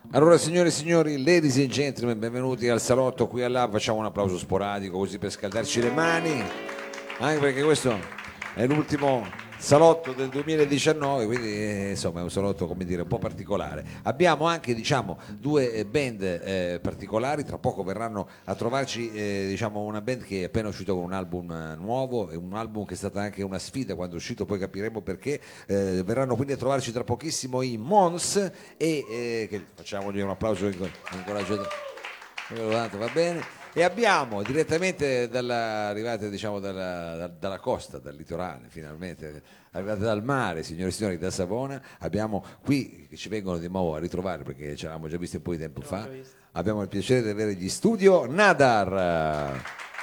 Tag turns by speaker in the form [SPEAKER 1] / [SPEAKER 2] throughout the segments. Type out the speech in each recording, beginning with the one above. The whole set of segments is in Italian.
[SPEAKER 1] Allora, signore e signori, ladies and gentlemen, benvenuti al salotto qui all'A. Facciamo un applauso sporadico così per scaldarci le mani, anche perché questo è l'ultimo salotto del 2019, quindi insomma è un salotto, come dire, un po' particolare. Abbiamo anche, diciamo, due band particolari. Tra poco verranno a trovarci, diciamo, una band che è appena uscito con un album nuovo, e un album che è stata anche una sfida quando è uscito, poi capiremo perché. Verranno quindi a trovarci tra pochissimo i Mons, e che facciamogli un applauso incoraggiato, va bene. E abbiamo direttamente arrivate, diciamo, dalla costa, dal litorale, finalmente arrivate dal mare, signore e signori, da Savona. Abbiamo qui, che ci vengono di nuovo a ritrovare perché ci eravamo già visti un po' di tempo fa, abbiamo il piacere di avere gli studio Nadar.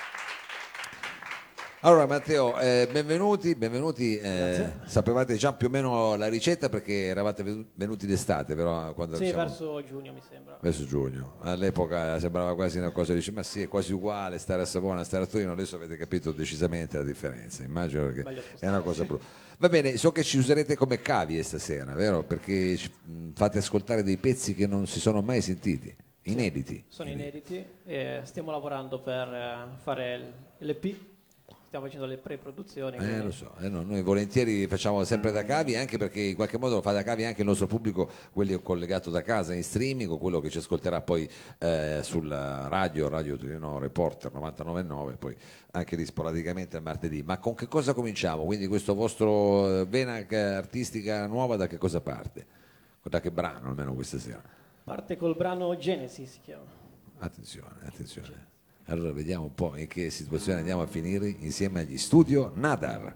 [SPEAKER 1] Allora Matteo, benvenuti. Sapevate già più o meno la ricetta perché eravate venuti d'estate, però quando
[SPEAKER 2] Sì, verso giugno mi sembra.
[SPEAKER 1] Verso giugno. All'epoca sembrava quasi una cosa, dice, ma sì, è quasi uguale stare a Savona, stare a Torino. Adesso avete capito decisamente la differenza, immagino, che è una cosa brutta. Va bene, so che ci userete come cavie stasera, vero? Perché fate ascoltare dei pezzi che non si sono mai sentiti, inediti.
[SPEAKER 2] Sono inediti e stiamo lavorando per fare l'EP. Stiamo facendo le pre-produzioni.
[SPEAKER 1] Lo so, no, noi volentieri facciamo sempre da cavi, anche perché in qualche modo lo fa da cavi anche il nostro pubblico, quelli collegato da casa in streaming, o quello che ci ascolterà poi sulla Radio Torino Reporter 99.9, poi anche lì sporadicamente al martedì. Ma con che cosa cominciamo? Quindi questo vostro vena artistica nuova da che cosa parte? Da che brano almeno questa sera?
[SPEAKER 2] Parte col brano Genesis, si chiama.
[SPEAKER 1] Attenzione. Allora vediamo un po' in che situazione andiamo a finire insieme agli studio Nadar.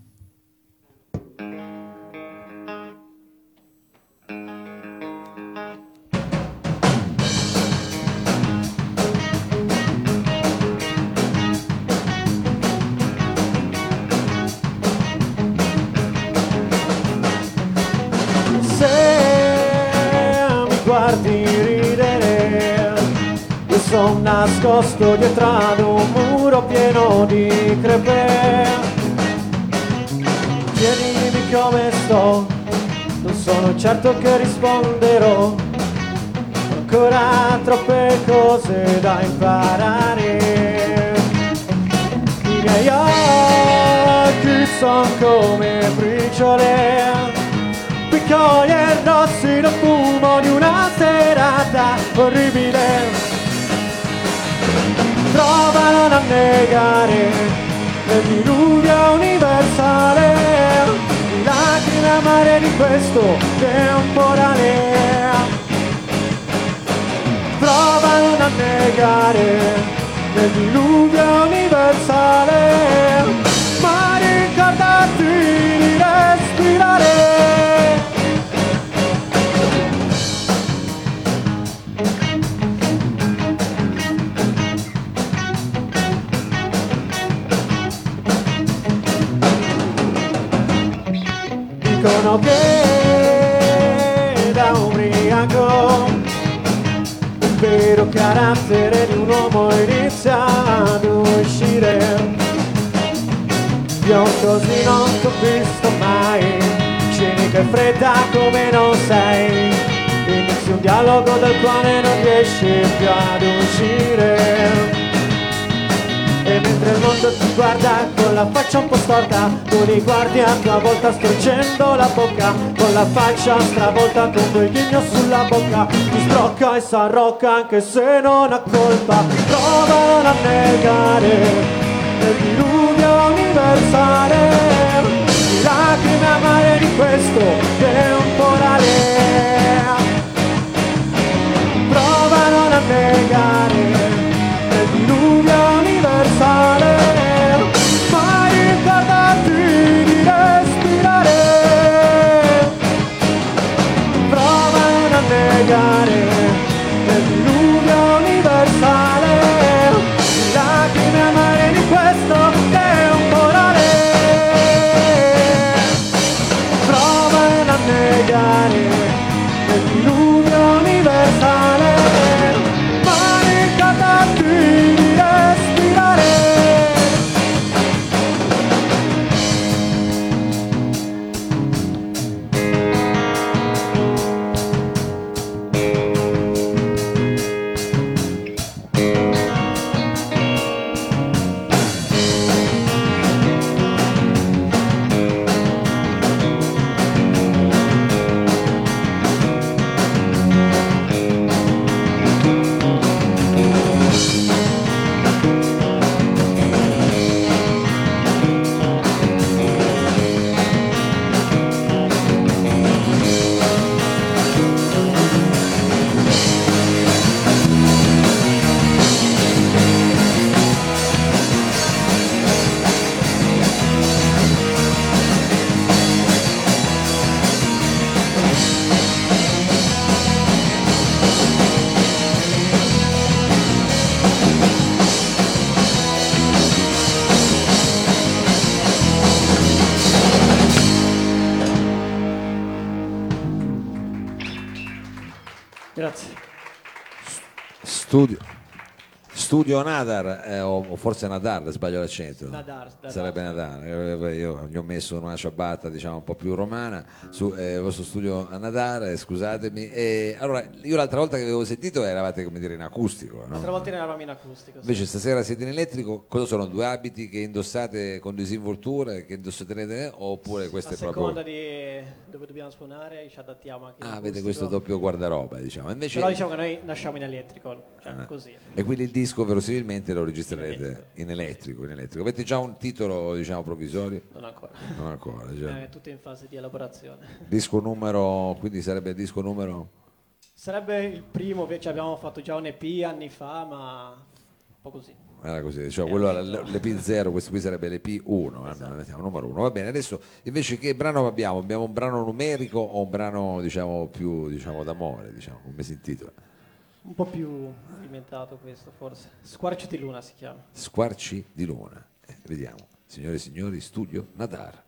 [SPEAKER 3] Se mi guardi ridere, sono nascosto dietro ad un muro pieno di crepe. Chiedimi come sto, non sono certo che risponderò. Ho ancora troppe cose da imparare. I miei occhi sono come briciole, piccoli e rossi nel fumo di una serata orribile. Provano a negare il diluvio universale, di lacrime amare di questo temporale. Provano a negare il diluvio universale, ma ricordati di respirare. Dicono che da ubriaco il vero carattere di un uomo inizia ad uscire. Io così non t'ho visto mai, cinica e fredda come non sei. Inizi un dialogo dal quale non riesci più ad uscire. E mentre il mondo ti guarda con la faccia un po' storta, tu li guardi a tua volta storcendo la bocca, con la faccia stravolta con quel ghigno sulla bocca. Ti sbrocca e s'arrocca anche se non ha colpa. Provano a negare il diluvio universale, di lacrime amare di questo temporale. Provano a negare il diluvio universale, ma ricordati di respirare. Provano a negare il diluvio universale, lacrime amare di
[SPEAKER 2] Grazie.
[SPEAKER 1] Studio Nadar, o forse Nadar, sbaglio l'accento.
[SPEAKER 2] Nadar.
[SPEAKER 1] Sarebbe Nadar. Io gli ho messo una ciabatta, diciamo, un po' più romana su il vostro studio a Nadar, scusatemi. Allora, io l'altra volta che avevo sentito eravate, come dire, in acustico, no?
[SPEAKER 2] L'altra volta eravamo in acustico. Sì.
[SPEAKER 1] Invece stasera siete in elettrico. Cosa sono? Due abiti che indossate con disinvolture, che indossate, oppure questo
[SPEAKER 2] A
[SPEAKER 1] è proprio...
[SPEAKER 2] seconda di dove dobbiamo suonare ci adattiamo anche in
[SPEAKER 1] avete
[SPEAKER 2] acustico.
[SPEAKER 1] questo doppio guardaroba, diciamo. Invece...
[SPEAKER 2] Però diciamo che noi nasciamo in elettrico, cioè così.
[SPEAKER 1] E quindi il disco verosimilmente lo registrerete in elettrico. Avete già un titolo, diciamo, provvisorio?
[SPEAKER 2] Non ancora.
[SPEAKER 1] Non ancora, già.
[SPEAKER 2] È tutto in fase di elaborazione.
[SPEAKER 1] Disco numero, quindi sarebbe il disco numero?
[SPEAKER 2] Sarebbe il primo, invece abbiamo fatto già un EP anni fa, ma un po' così.
[SPEAKER 1] Era così, cioè quello l'EP 0, questo qui sarebbe l'EP 1, mettiamo numero 1. Va bene, adesso invece che brano abbiamo? Abbiamo un brano numerico o un brano, diciamo, più, diciamo, d'amore, diciamo, come si intitola?
[SPEAKER 2] Un po' più alimentato questo forse. Squarci di luna si chiama.
[SPEAKER 1] Squarci di luna. Vediamo, signore e signori, studio Nadar.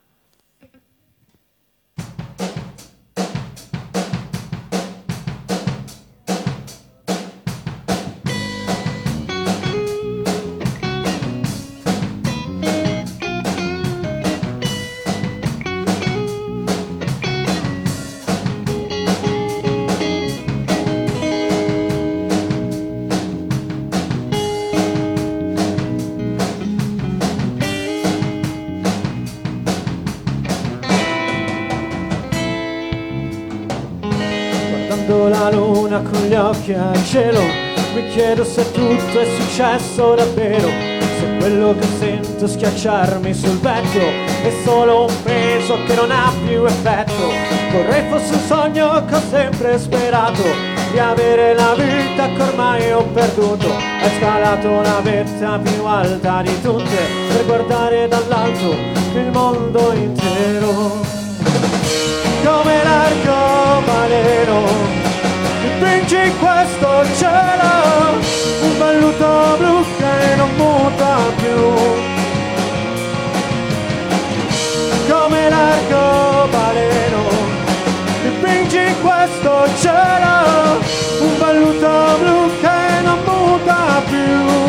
[SPEAKER 3] Guardando la luna con gli occhi al cielo, mi chiedo se tutto è successo davvero, se quello che sento schiacciarmi sul petto è solo un peso che non ha più effetto. Vorrei fosse un sogno che ho sempre sperato, di avere la vita che ormai ho perduto. Hai scalato la vetta più alta di tutte per guardare dall'alto il mondo intero. Come l'arcobaleno dipingi in questo cielo un velluto blu che non muta più. Come l'arcobaleno dipingi in questo cielo un velluto blu che non muta più.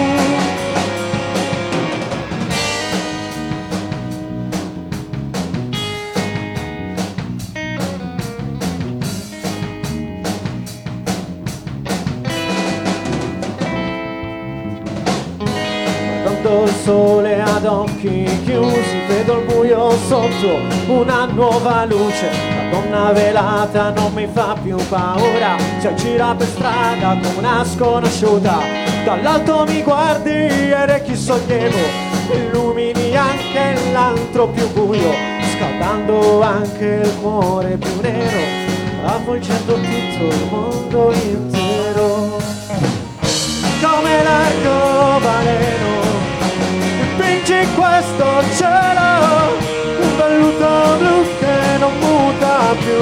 [SPEAKER 3] Guardando il sole ad occhi chiusi, vedo il buio sotto una nuova luce. La donna velata non mi fa più paura, si aggira per strada come una sconosciuta. Dall'alto mi guardi e orecchi sollievo, illumini anche l'altro più buio, scaldando anche il cuore più nero, avvolgendo tutto il mondo intero. Come l'arcobaleno dipingi in questo cielo un velluto blu che non muta più.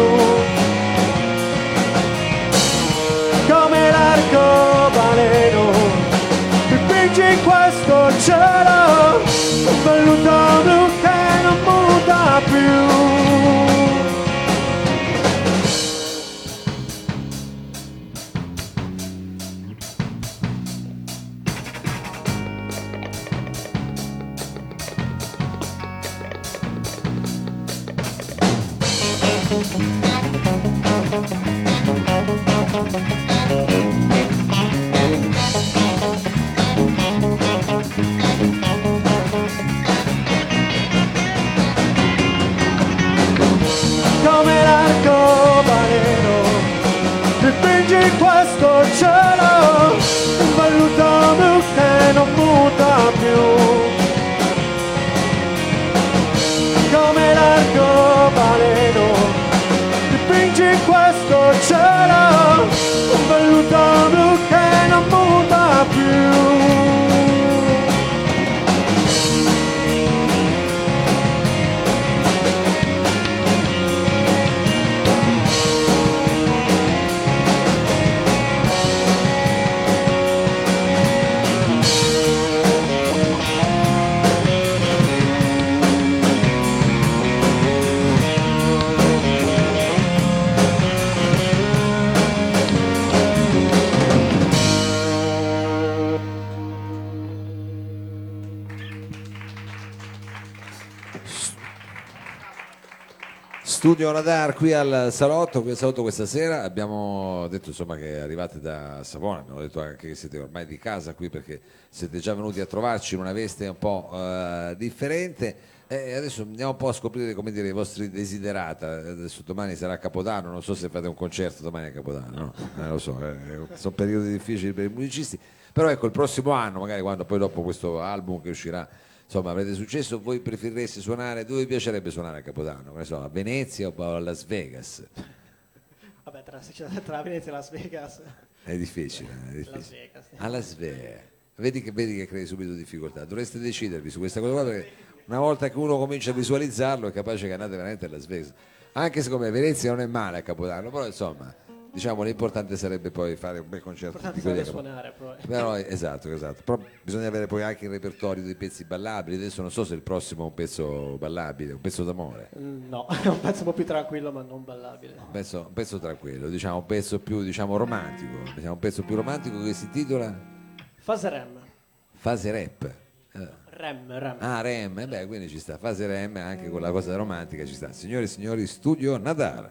[SPEAKER 3] Come l'arcobaleno dipingi in questo cielo un velluto blu che non muta più. Come l'arcobaleno dipingi in questo cielo un velluto blu che non muta più. Come l'arcobaleno
[SPEAKER 1] Studio Radar qui al salotto questa sera. Abbiamo detto insomma che arrivate da Savona, abbiamo detto anche che siete ormai di casa qui perché siete già venuti a trovarci in una veste un po' differente. Adesso andiamo un po' a scoprire, come dire, i vostri desiderata. Adesso domani sarà Capodanno, non so se fate un concerto domani a Capodanno, no? Lo so, sono periodi difficili per i musicisti, però ecco il prossimo anno, magari quando poi dopo questo album che uscirà, insomma, avrete successo, voi preferireste suonare, dove vi piacerebbe suonare a Capodanno? Ne so, a Venezia o a Las Vegas?
[SPEAKER 2] Vabbè, tra Venezia e Las Vegas.
[SPEAKER 1] È difficile, è difficile.
[SPEAKER 2] Las Vegas.
[SPEAKER 1] A Las Vegas. Vedi che crei subito difficoltà. Dovreste decidervi su questa cosa qua perché una volta che uno comincia a visualizzarlo è capace che andate veramente a Las Vegas. Anche secondo me Venezia non è male a Capodanno, però insomma, diciamo l'importante sarebbe poi fare un bel concerto di quelli a Capodanno.
[SPEAKER 2] Suonare poi.
[SPEAKER 1] Però, esatto, però bisogna avere poi anche il repertorio dei pezzi ballabili. Adesso non so se il prossimo è un pezzo ballabile, un pezzo d'amore.
[SPEAKER 2] No, è un pezzo un po' più tranquillo ma non ballabile.
[SPEAKER 1] Un pezzo tranquillo, diciamo un pezzo più romantico, diciamo un pezzo più romantico che si intitola
[SPEAKER 2] Fase Rem.
[SPEAKER 1] Fase Rap.
[SPEAKER 2] Rem.
[SPEAKER 1] Ah, Rem, beh, quindi ci sta Fase Rem anche con la cosa romantica ci sta. Signore e signori, Studio Nadar.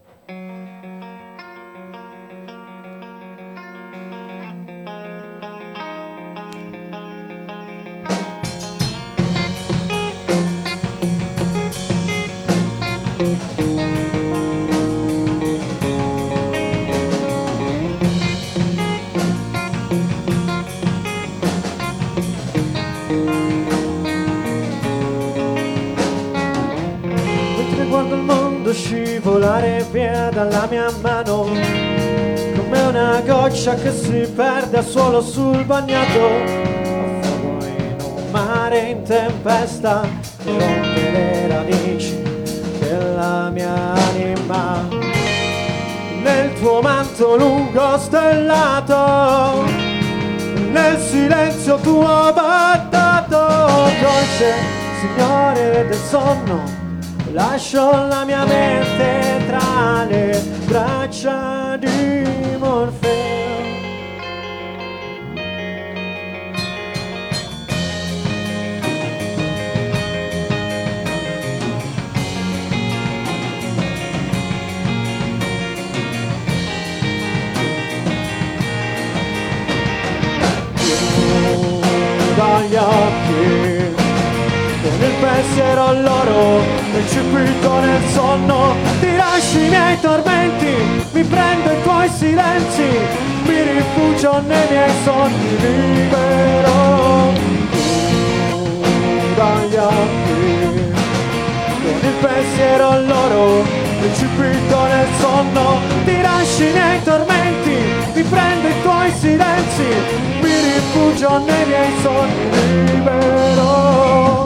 [SPEAKER 3] Scivolare via dalla mia mano come una goccia che si perde al suolo sul bagnato, affogo in un mare in tempesta che rompe le radici della mia anima. Nel tuo manto lungo stellato, nel silenzio tuo battato, dolce Signore del sonno, lascio la mia mente tra le braccia di Morfeo. Chiudo gli occhi con il pensiero loro, recepito nel sonno, ti lascio i miei tormenti, mi prendo i tuoi silenzi, mi rifugio nei miei sogni, libero. Chiudo gli occhi con il pensiero loro, recepito nel sonno, ti lascio i miei tormenti, mi prendo i tuoi silenzi, mi rifugio nei miei sogni, libero.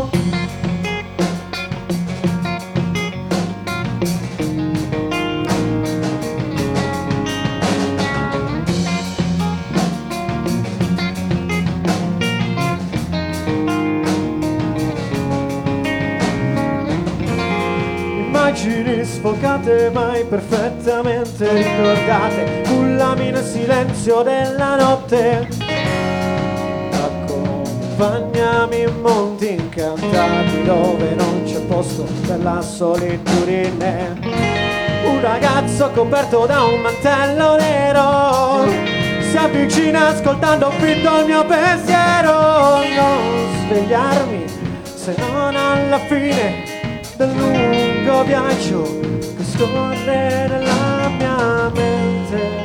[SPEAKER 3] Immagini sfocate mai perfettamente ricordate, cullami nel silenzio della notte, accompagnami in monti incantati dove non c'è posto per la solitudine. Un ragazzo coperto da un mantello nero si avvicina ascoltando fitto il mio pensiero. Non svegliarmi se non alla fine del lungo viaggio che scorre nella mia mente.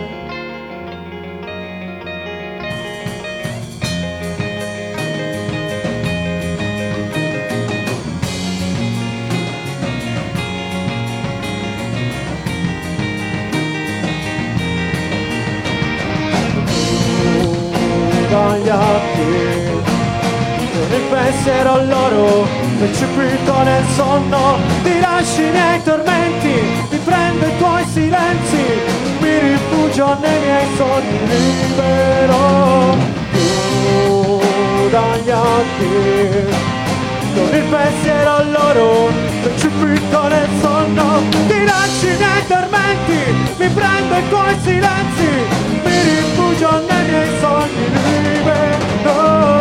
[SPEAKER 3] Chiudo gli occhi con il pensiero loro, recepito nel sonno, ti lasci i miei tormenti, mi prendo i tuoi silenzi, mi rifugio nei miei sogni, libero. Chiudo gli occhi con il pensiero loro, recepito nel sonno, ti lasci i miei tormenti, mi prendo i tuoi silenzi, mi rifugio nei miei sogni, libero.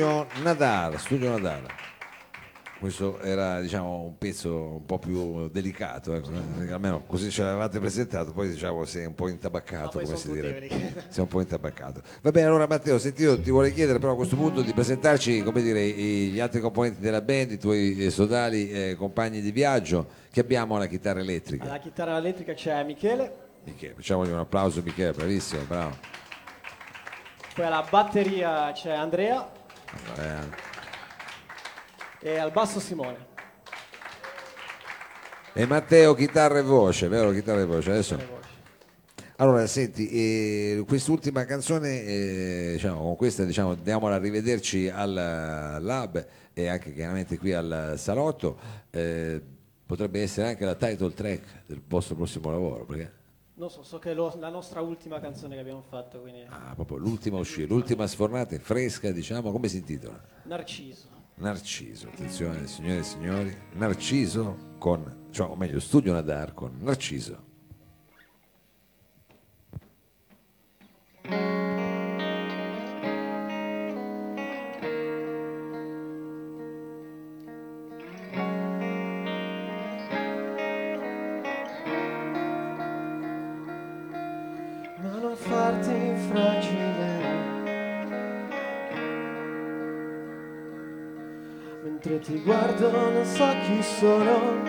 [SPEAKER 1] Studio Nadar, Studio Nadar. Questo era, diciamo, un pezzo un po' più delicato, almeno così ce l'avevate presentato, poi diciamo sei un po' intabaccato,
[SPEAKER 2] poi
[SPEAKER 1] come si
[SPEAKER 2] sono tutti
[SPEAKER 1] direbbe.
[SPEAKER 2] quelli.
[SPEAKER 1] Sei un po' intabaccato. Va bene, allora Matteo, senti, io ti vorrei chiedere però a questo punto di presentarci, come dire, gli altri componenti della band, i tuoi sodali compagni di viaggio, che abbiamo alla chitarra elettrica.
[SPEAKER 2] Alla chitarra elettrica c'è Michele,
[SPEAKER 1] Michele, facciamogli un applauso, Michele, bravissimo, bravo.
[SPEAKER 2] poi alla batteria c'è Andrea e al basso Simone.
[SPEAKER 1] E Matteo, chitarra e voce, vero? Chitarra e voce, adesso.
[SPEAKER 2] Le voci.
[SPEAKER 1] Allora, senti, quest'ultima canzone, diciamo, con questa diciamo, andiamo a rivederci al Lab e anche chiaramente qui al Salotto. Potrebbe essere anche la title track del vostro prossimo lavoro, perché?
[SPEAKER 2] Non so che è la nostra ultima canzone che abbiamo fatto, quindi
[SPEAKER 1] Proprio l'ultima uscita, l'ultima sfornata, fresca, diciamo, come si intitola?
[SPEAKER 2] Narciso.
[SPEAKER 1] Narciso, attenzione signore e signori, Narciso con, cioè, o meglio, Studio Nadar con Narciso.
[SPEAKER 3] Ma non farti fragile mentre ti guardo, non so chi sono.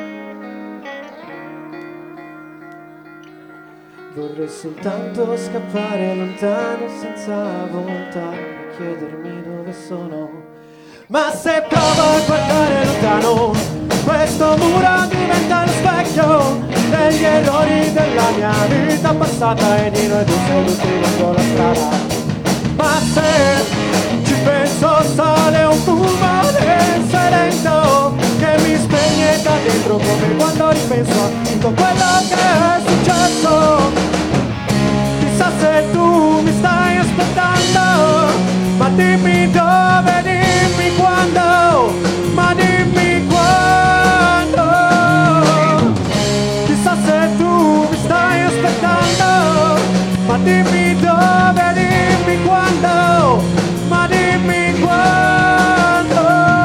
[SPEAKER 3] Vorrei soltanto scappare lontano senza voltarmi e chiedermi dove sono. Ma se provo a guardare lontano, questo muro diventa lo specchio degli errori della mia vita passata e di noi due seduti lungo la strada. Ma se ci penso sale un fumo denso e lento che mi spegne da dentro, come quando ripenso a tutto quello che è successo. Chissà se tu mi stai aspettando, ma dimmi dove, dimmi quando, ma dimmi quando. Chissà se tu mi stai aspettando, ma dimmi dove, dimmi quando, ma dimmi quando.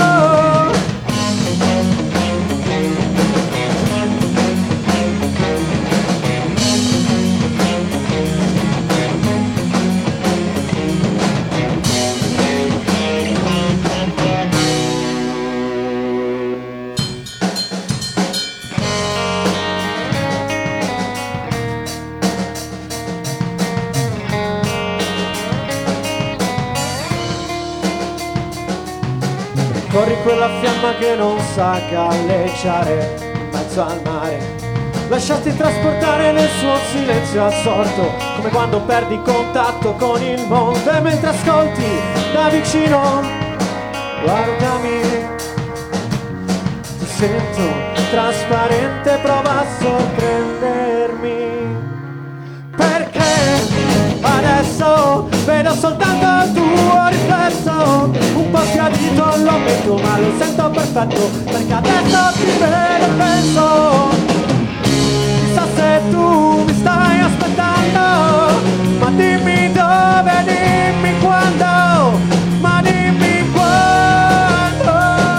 [SPEAKER 3] Corri quella fiamma che non sa galleggiare in mezzo al mare. Lasciati trasportare nel suo silenzio assorto, come quando perdi contatto con il mondo. E mentre ascolti da vicino, guardami, ti sento trasparente, prova a sorprendermi. Perché adesso vedo soltanto il tuo riflesso, un po' sbiadito lo metto ma lo sento perfetto, perché adesso ti vedo e penso. Chissà se tu mi stai aspettando, ma dimmi dove, dimmi quando, ma dimmi quando.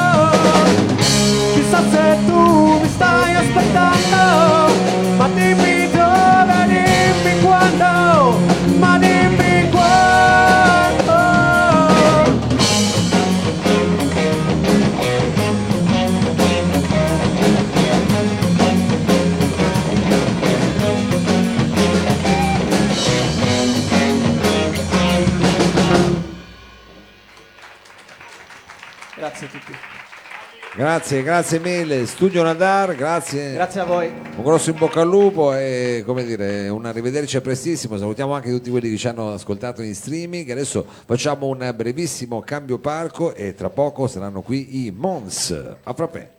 [SPEAKER 3] Chissà se tu mi stai aspettando, ma dimmi dove, dimmi quando, ma dimmi quando.
[SPEAKER 2] Grazie a tutti.
[SPEAKER 1] Grazie mille, Studio Nadar, grazie.
[SPEAKER 2] Grazie a voi.
[SPEAKER 1] Un grosso in bocca al lupo e come dire, un arrivederci a prestissimo. Salutiamo anche tutti quelli che ci hanno ascoltato in streaming. Adesso facciamo un brevissimo cambio palco e tra poco saranno qui i Mons. A frappè.